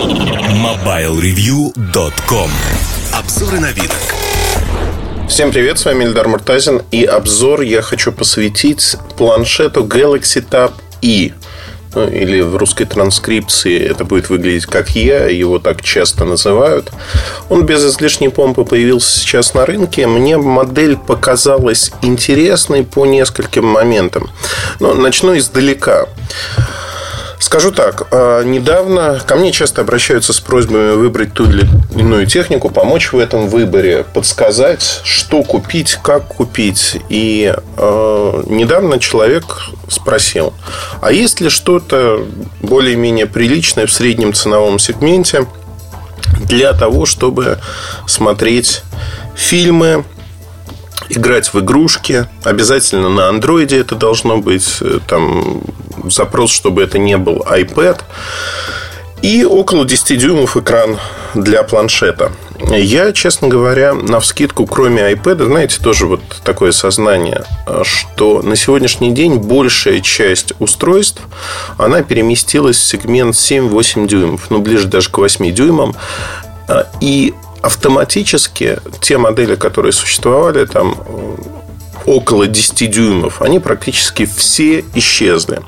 MobileReview.com. Обзоры новинок. Всем привет, с вами Эльдар Муртазин. И обзор я хочу посвятить планшету Galaxy Tab E. Или в русской транскрипции это будет выглядеть как «Я», его так часто называют. Он без излишней помпы появился сейчас на рынке. Мне модель показалась интересной по нескольким моментам. Но начну издалека. Скажу так, недавно ко мне часто обращаются с просьбами выбрать ту или иную технику, помочь в этом выборе, подсказать, что купить, как купить. И недавно человек спросил, а есть ли что-то более-менее приличное в среднем ценовом сегменте для того, чтобы смотреть фильмы, играть в игрушки. Обязательно на андроиде это должно быть. Там запрос, чтобы это не был iPad. И около 10 дюймов экран для планшета. Я, честно говоря, навскидку, кроме iPad, знаете, тоже вот такое сознание, что на сегодняшний день большая часть устройств, она переместилась в сегмент 7-8 дюймов. Ну, ближе даже к 8 дюймам. И автоматически те модели, которые существовали там около 10 дюймов, они практически все исчезли.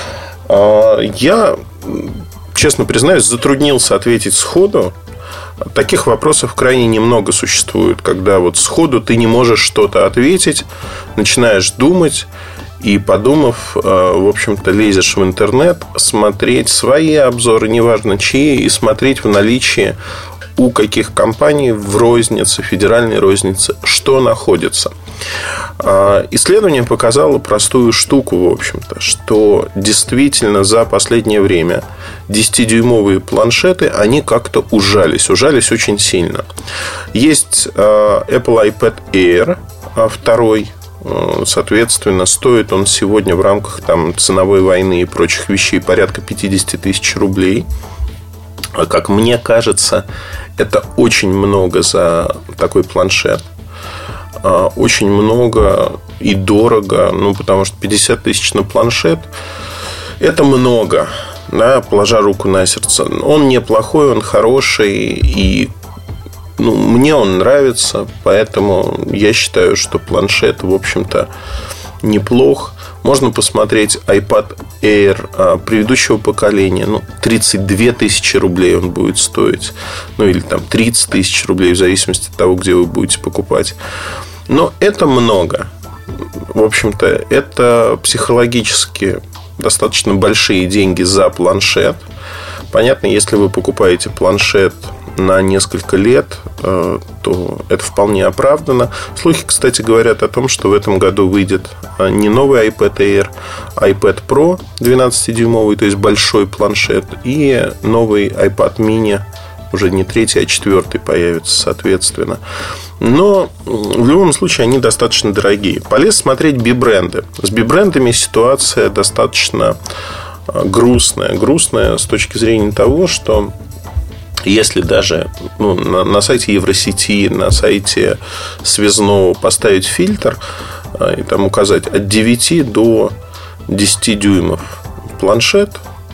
Я, честно признаюсь, затруднился ответить сходу. Таких вопросов крайне немного существует, когда вот сходу ты не можешь что-то ответить, начинаешь думать. И, подумав, в общем-то, лезешь в интернет, смотреть свои обзоры, неважно чьи, и смотреть в наличии у каких компаний в рознице, федеральной рознице, что находится. Исследование показало простую штуку, в общем-то, что действительно за последнее время 10-дюймовые планшеты, они как-то ужались очень сильно. Есть Apple iPad Air 2. Соответственно, стоит он сегодня в рамках там ценовой войны и прочих вещей порядка 50 тысяч рублей. А как мне кажется, это очень много за такой планшет. Очень много и дорого. Ну, потому что 50 тысяч на планшет — это много, да, положа руку на сердце. Он неплохой, он хороший. И мне он нравится. Поэтому я считаю, что планшет, в общем-то, неплох. Можно посмотреть iPad Air предыдущего поколения. 32 тысячи рублей он будет стоить. Или там 30 тысяч рублей, в зависимости от того, где вы будете покупать. Но это много. В общем-то, это психологически достаточно большие деньги за планшет. Понятно, если вы покупаете планшет на несколько лет, то это вполне оправдано. Слухи, кстати, говорят о том, что в этом году выйдет не новый iPad Air, а iPad Pro 12-дюймовый, то есть большой планшет, и новый iPad mini, уже не 3, а 4 появится, соответственно. Но в любом случае они достаточно дорогие. Полез смотреть би-бренды. С би-брендами ситуация достаточно грустная. Грустная с точки зрения того, что если даже на сайте Евросети, на сайте связного поставить фильтр и там указать от 9 до 10 дюймов планшет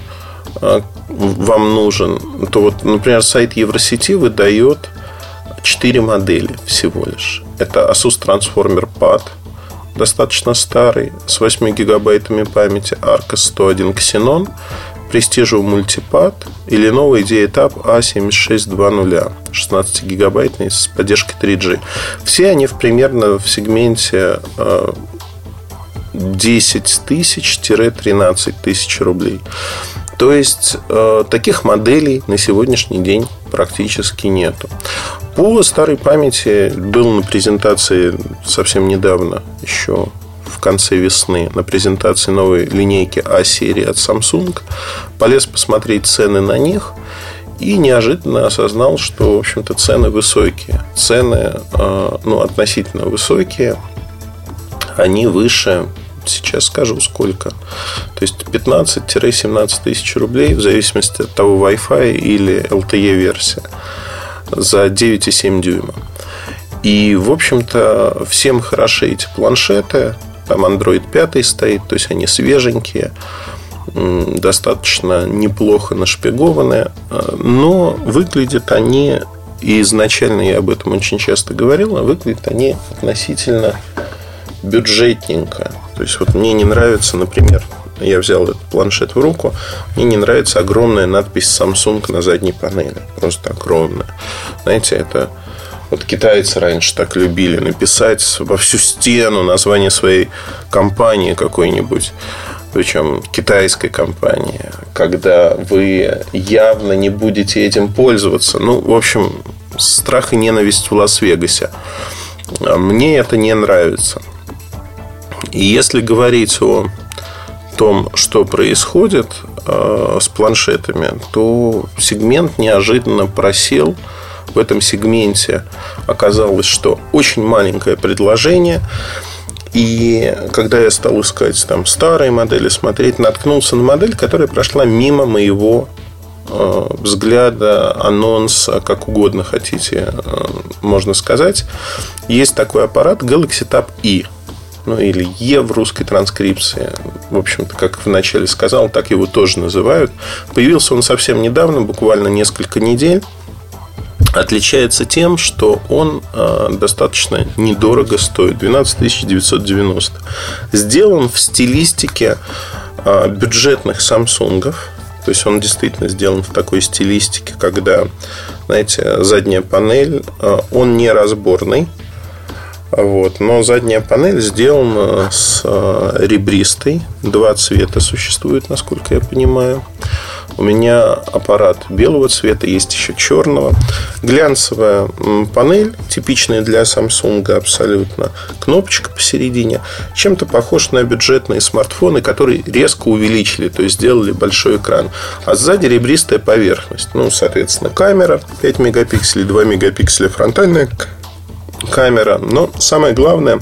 вам нужен, то вот, например, сайт Евросети выдает 4 модели всего лишь. Это Asus Transformer Pad, достаточно старый, с 8 гигабайтами памяти, Arcos 101 Xenon, Prestigio Multipad и Lenovo IdeaTab A7620 16-гигабайтный с поддержкой 3G. Все они примерно в сегменте 10 тысяч-13 тысяч рублей. То есть таких моделей на сегодняшний день практически нету. По старой памяти был на презентации совсем недавно, еще в конце весны, на презентации новой линейки А-серии от Samsung. Полез посмотреть цены на них и неожиданно осознал, что, в общем-то, цены высокие. Цены, относительно высокие. Они выше, сейчас скажу сколько. То есть 15-17 тысяч рублей, в зависимости от того, Wi-Fi или LTE-версия, за 9,7 дюйма. И, в общем-то, всем хороши эти планшеты. Там Android 5 стоит, то есть они свеженькие. достаточно неплохо нашпигованы, но выглядят они, и изначально я об этом очень часто говорил, выглядят они относительно бюджетненько. То есть вот мне не нравится, например, я взял этот планшет в руку, мне не нравится огромная надпись Samsung на задней панели. Просто огромная. Знаете, это вот китайцы раньше так любили написать во всю стену название своей компании какой-нибудь, причем китайской компании, когда вы явно не будете этим пользоваться. Ну, в общем, страх и ненависть в Лас-Вегасе. Мне это не нравится. И если говорить о том, что происходит с планшетами, то сегмент неожиданно просел. В этом сегменте оказалось, что очень маленькое предложение. И когда я стал искать там старые модели, смотреть, наткнулся на модель, которая прошла мимо моего взгляда, анонса, как угодно хотите, можно сказать. Есть такой аппарат Galaxy Tab E. Ну, или E в русской транскрипции. В общем-то, как вначале сказал, так его тоже называют. Появился он совсем недавно, буквально несколько недель. Отличается тем, что он достаточно недорого стоит. 12 990. Сделан в стилистике бюджетных Самсунгов. То есть он действительно сделан в такой стилистике, когда, знаете, задняя панель, он не разборный. Вот. Но задняя панель сделана с ребристой. Два цвета существует, насколько я понимаю. У меня аппарат белого цвета, есть еще черного. Глянцевая панель, типичная для Samsung абсолютно. Кнопочка посередине. Чем-то похож на бюджетные смартфоны, которые резко увеличили, то есть сделали большой экран. А сзади ребристая поверхность. Ну, соответственно, камера 5 мегапикселей, 2 мегапикселя фронтальная камера. Но самое главное,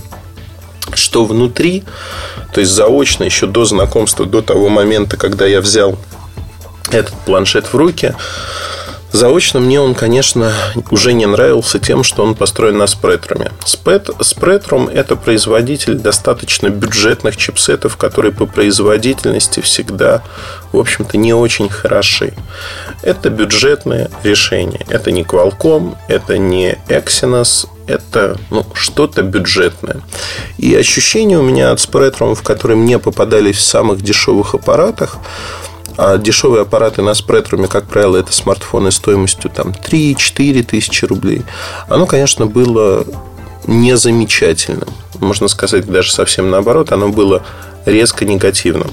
что внутри, то есть заочно, еще до знакомства, до того момента, когда я взял этот планшет в руки, заочно мне он, конечно, уже не нравился тем, что он построен на Spreadtrum. Spreadtrum – это производитель достаточно бюджетных чипсетов, которые по производительности всегда, в общем-то, не очень хороши. Это бюджетное решение. Это не Qualcomm, это не Exynos, это что-то бюджетное. И ощущение у меня от Spreadtrum, которые мне попадались в самых дешевых аппаратах, а дешевые аппараты на Spreadtrum, как правило, это смартфоны стоимостью 3-4 тысячи рублей, оно, конечно, было незамечательным. Можно сказать, даже совсем наоборот, оно было резко негативным.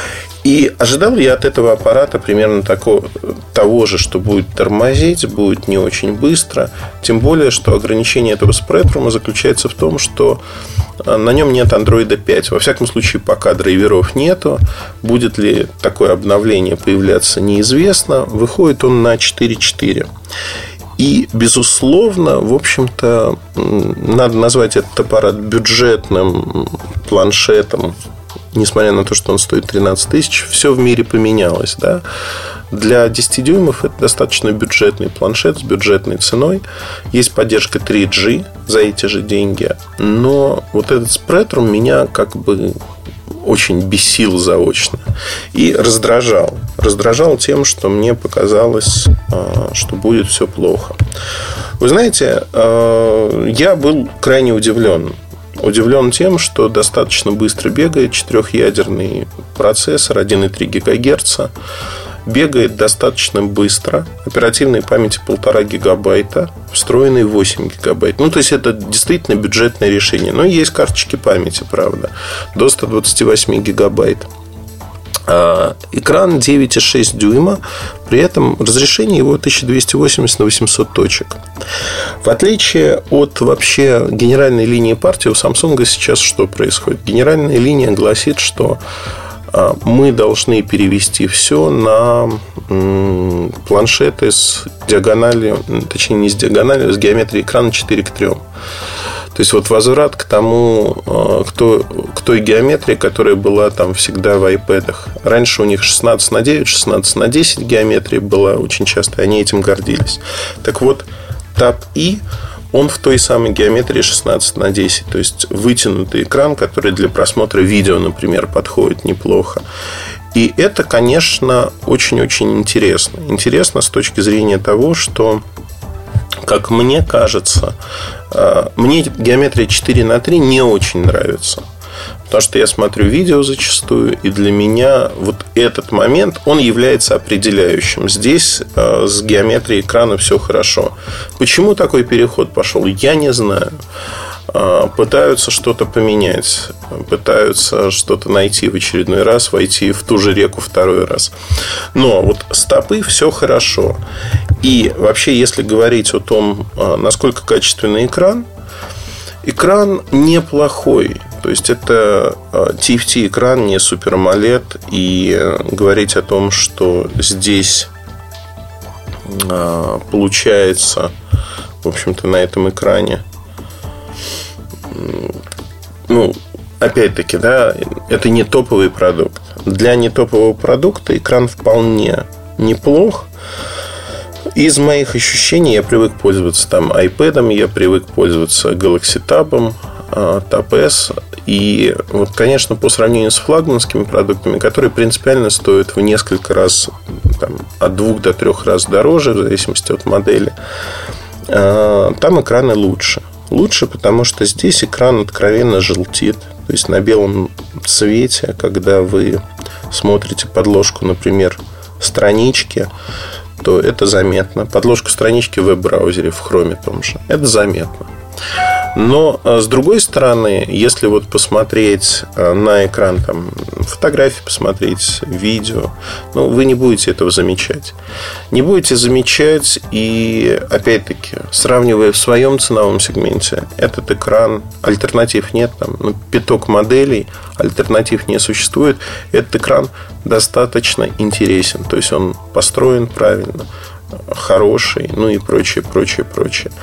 И ожидал я от этого аппарата примерно того же, что будет тормозить, будет не очень быстро. Тем более, что ограничение этого Spreadtrum заключается в том, что на нем нет Android 5. Во всяком случае, пока драйверов нету. Будет ли такое обновление появляться, неизвестно. Выходит он на 4.4. И, безусловно, в общем-то, надо назвать этот аппарат бюджетным планшетом. Несмотря на то, что он стоит 13 тысяч, все в мире поменялось, да? Для 10 дюймов это достаточно бюджетный планшет с бюджетной ценой. Есть поддержка 3G за эти же деньги. Но вот этот Spreadtrum меня как бы очень бесил заочно и раздражал. Раздражал тем, что мне показалось, что будет все плохо. Вы знаете, я был крайне удивлен. Удивлен тем, что достаточно быстро бегает 4-ядерный процессор 1,3 ГГц. Бегает достаточно быстро. Оперативной памяти 1,5 гигабайта. Встроенной 8 гигабайт. То есть это действительно бюджетное решение. Но есть карточки памяти, правда. До 128 гигабайт. Экран 9,6 дюйма. При этом разрешение его 1280 на 800 точек. В отличие от вообще генеральной линии партии, у Samsung сейчас что происходит? Генеральная линия гласит, что мы должны перевести все на планшеты с диагональю, точнее не с диагональю, а с геометрией экрана 4:3. То есть вот возврат к тому, к той геометрии, которая была там всегда в iPad'ах. Раньше у них 16:9, 16:10 геометрия была очень часто, и они этим гордились. Так вот, Tab E, он в той самой геометрии 16:10. То есть вытянутый экран, который для просмотра видео, например, подходит неплохо. И это, конечно, очень-очень интересно. Интересно с точки зрения того, что, как мне кажется, мне геометрия 4:3 не очень нравится. Потому что я смотрю видео зачастую, и для меня вот этот момент, он является определяющим. Здесь с геометрией экрана все хорошо. Почему такой переход пошел, я не знаю. Пытаются что-то поменять, пытаются что-то найти в очередной раз, войти в ту же реку второй раз. Но вот стопы все хорошо. И вообще, если говорить о том, насколько качественный экран, экран неплохой. То есть это TFT экран, не Super AMOLED. И говорить о том, что здесь получается, в общем-то, на этом экране, ну, опять-таки, да, это не топовый продукт. Для нетопового продукта экран вполне неплох. Из моих ощущений я привык пользоваться там iPad, я привык пользоваться Galaxy Tab, Tab S. И вот, конечно, по сравнению с флагманскими продуктами, которые принципиально стоят в несколько раз, там, от 2 до 3 раз дороже, в зависимости от модели, там экраны лучше. Лучше, потому что здесь экран откровенно желтит. То есть на белом цвете, когда вы смотрите подложку, например, странички, то это заметно. Подложку странички в веб-браузере, в Chrome том же, это заметно. Но, с другой стороны, если вот посмотреть на экран, там, фотографии посмотреть, видео, ну, вы не будете этого замечать. Не будете замечать. И, опять-таки, сравнивая в своем ценовом сегменте, этот экран, альтернатив нет, там, ну, пяток моделей, альтернатив не существует. Этот экран достаточно интересен. То есть он построен правильно, хороший, ну и прочее, прочее, прочее.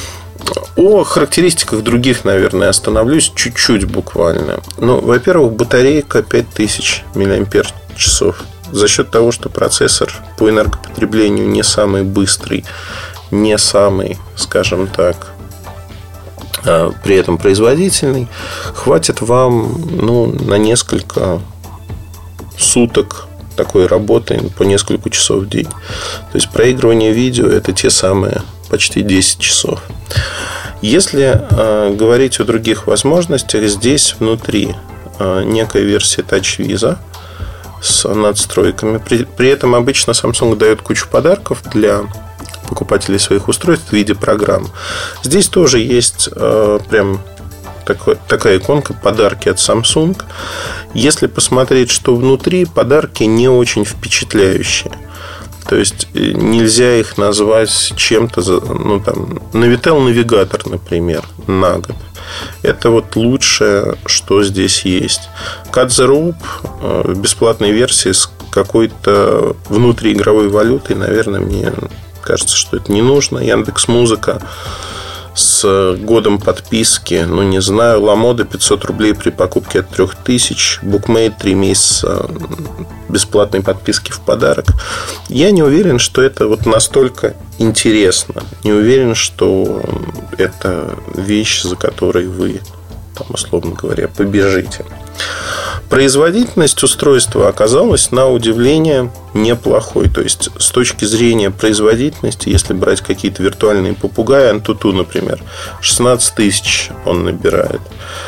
О характеристиках других, наверное, остановлюсь чуть-чуть буквально. Ну, во-первых, батарейка 5000 мАч. За счет того, что процессор по энергопотреблению не самый быстрый, не самый, скажем так, при этом производительный, хватит вам, ну, на несколько суток такой работы, по несколько часов в день. То есть проигрывание видео — это те самые почти 10 часов. Если говорить о других возможностях, здесь внутри некая версия TouchWiz с надстройками. При этом обычно Samsung дает кучу подарков для покупателей своих устройств в виде программ. Здесь тоже есть прям такая иконка «Подарки от Samsung». Если посмотреть, что внутри, подарки не очень впечатляющие. То есть нельзя их назвать чем-то, ну, там, Navitel навигатор, например, на год. Это вот лучшее, что здесь есть. Cut the Rope в бесплатной версии с какой-то внутриигровой валютой, наверное, мне кажется, что это не нужно. Яндекс.Музыка с годом подписки, ну, не знаю. Ламода 500 рублей при покупке от 3000. Букмейт 3 месяца бесплатной подписки в подарок. Я не уверен, что это вот настолько интересно. Не уверен, что это вещь, за которой вы, там, условно говоря, побежите. Производительность устройства оказалась, на удивление, неплохой. То есть, с точки зрения производительности, если брать какие-то виртуальные попугаи, Antutu, например, 16 тысяч он набирает.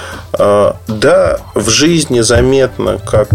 Да, в жизни заметно, как,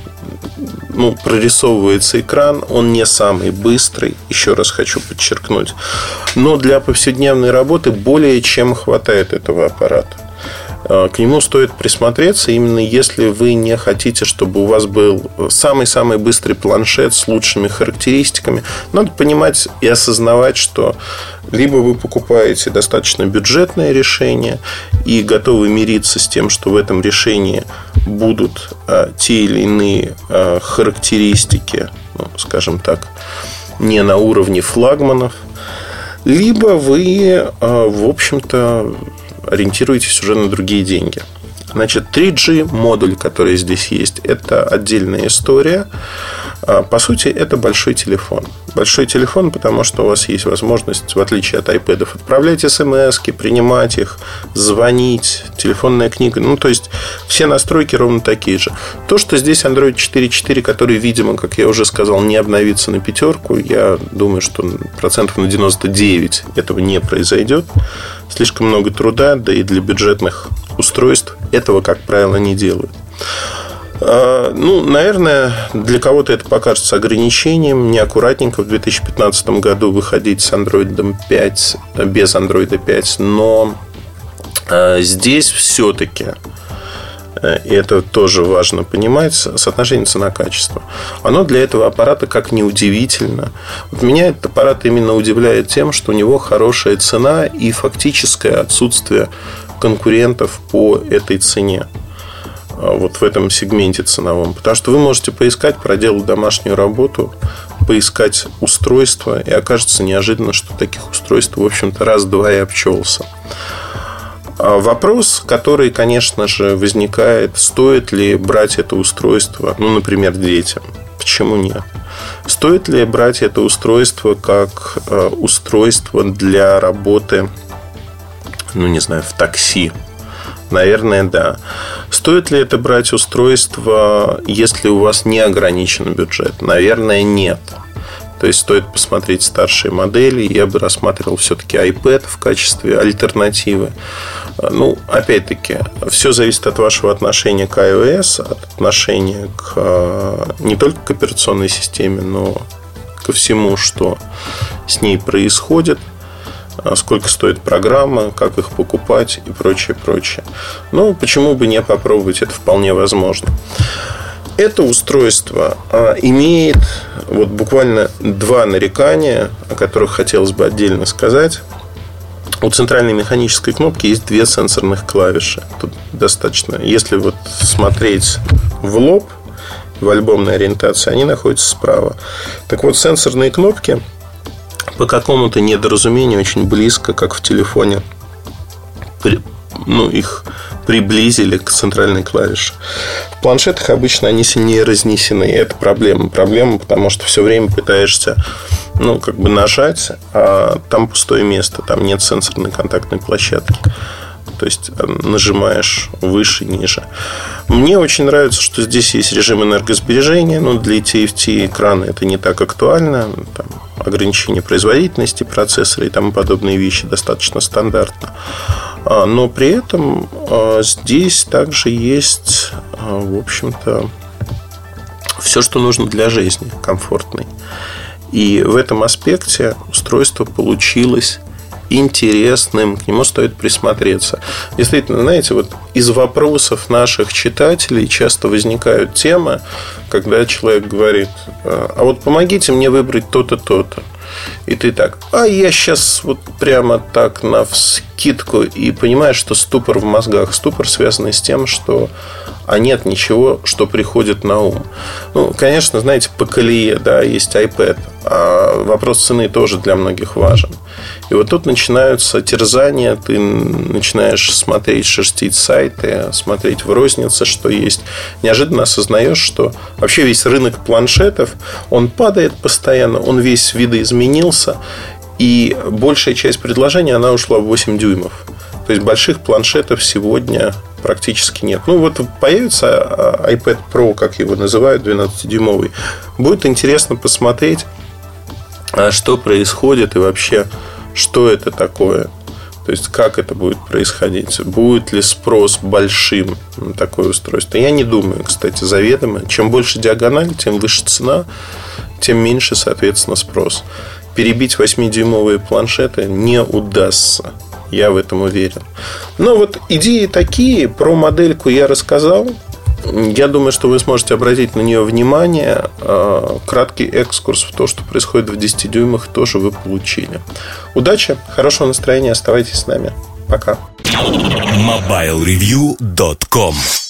ну, прорисовывается экран. Он не самый быстрый, еще раз хочу подчеркнуть. Но для повседневной работы более чем хватает этого аппарата. К нему стоит присмотреться, именно если вы не хотите, чтобы у вас был самый-самый быстрый планшет с лучшими характеристиками. Надо понимать и осознавать, что либо вы покупаете достаточно бюджетное решение и готовы мириться с тем, что в этом решении будут те или иные характеристики, ну, скажем так, не на уровне флагманов, либо вы, в общем-то, ориентируетесь уже на другие деньги. Значит, 3G модуль, который здесь есть, это отдельная история. По сути, это большой телефон. Большой телефон, потому что у вас есть возможность, в отличие от iPad, отправлять смс-ки, принимать их, звонить, телефонная книга. Ну, то есть, все настройки ровно такие же. То, что здесь Android 4.4, который, видимо, как я уже сказал, не обновится на 5, я думаю, что процентов на 99 этого не произойдет. Слишком много труда, да и для бюджетных устройств этого, как правило, не делают. Ну, наверное, для кого-то это покажется ограничением. Неаккуратненько в 2015 году выходить с Android 5, без Android 5. Но здесь все-таки, и это тоже важно понимать, соотношение цена-качество. Оно для этого аппарата, как ни удивительно. Вот меня этот аппарат именно удивляет тем, что у него хорошая цена и фактическое отсутствие конкурентов по этой цене. Вот в этом сегменте ценовом. Потому что вы можете поискать, проделать домашнюю работу, поискать устройства, и окажется неожиданно, что таких устройств, в общем-то, раз-два и обчелся. Вопрос, который, конечно же, возникает: стоит ли брать это устройство, ну, например, детям? Почему нет? Стоит ли брать это устройство как устройство для работы, ну, не знаю, в такси? Наверное, да. Стоит ли это брать устройство, если у вас не ограничен бюджет? Наверное, нет. То есть, стоит посмотреть старшие модели. Я бы рассматривал все-таки iPad в качестве альтернативы. Ну, опять-таки, все зависит от вашего отношения к iOS, от отношения не только к операционной системе, но ко всему, что с ней происходит. Сколько стоит программа, как их покупать и прочее, прочее. Ну, почему бы не попробовать, это вполне возможно. Это устройство имеет вот буквально два нарекания, о которых хотелось бы отдельно сказать. У центральной механической кнопки есть две сенсорных клавиши. Тут достаточно. Если вот смотреть в лоб, в альбомной ориентации, они находятся справа. Так вот, сенсорные кнопки по какому-то недоразумению очень близко, как в телефоне, их приблизили к центральной клавише. В планшетах обычно они сильнее разнесены. И это проблема. Проблема, потому что все время пытаешься нажать, а там пустое место, там нет сенсорной контактной площадки. То есть нажимаешь выше, ниже. Мне очень нравится, что здесь есть режим энергосбережения. Но для TFT экрана это не так актуально. Там ограничение производительности процессора и тому подобные вещи достаточно стандартно. Но при этом здесь также есть, в общем-то, все, что нужно для жизни комфортной. И в этом аспекте устройство получилось интересным, к нему стоит присмотреться. Действительно, знаете, вот из вопросов наших читателей часто возникают темы, когда человек говорит: а вот помогите мне выбрать то-то, то-то. И ты так: а я сейчас вот прямо так навскидку, и понимаешь, что ступор в мозгах. Ступор, связанный с тем, что нет ничего, что приходит на ум. Ну, конечно, знаете, по колее, да, есть iPad, а вопрос цены тоже для многих важен. И вот тут начинаются терзания. Ты начинаешь смотреть, шерстить сайты, смотреть в рознице, что есть. Неожиданно осознаешь, что вообще весь рынок планшетов, он падает постоянно, он весь видоизменился. И большая часть предложения, она ушла в 8 дюймов. То есть больших планшетов сегодня практически нет. Ну вот появится iPad Pro, как его называют, 12-дюймовый. Будет интересно посмотреть, что происходит и вообще, что это такое. То есть как это будет происходить. Будет ли спрос большим на такое устройство? Я не думаю, кстати, заведомо. Чем больше диагональ, тем выше цена, тем меньше, соответственно, спрос. Перебить 8-дюймовые планшеты не удастся. Я в этом уверен. Но вот идеи такие. Про модельку я рассказал. Я думаю, что вы сможете обратить на нее внимание. Краткий экскурс в то, что происходит в 10 дюймах, тоже вы получили. Удачи, хорошего настроения. Оставайтесь с нами. Пока. MobileReview.com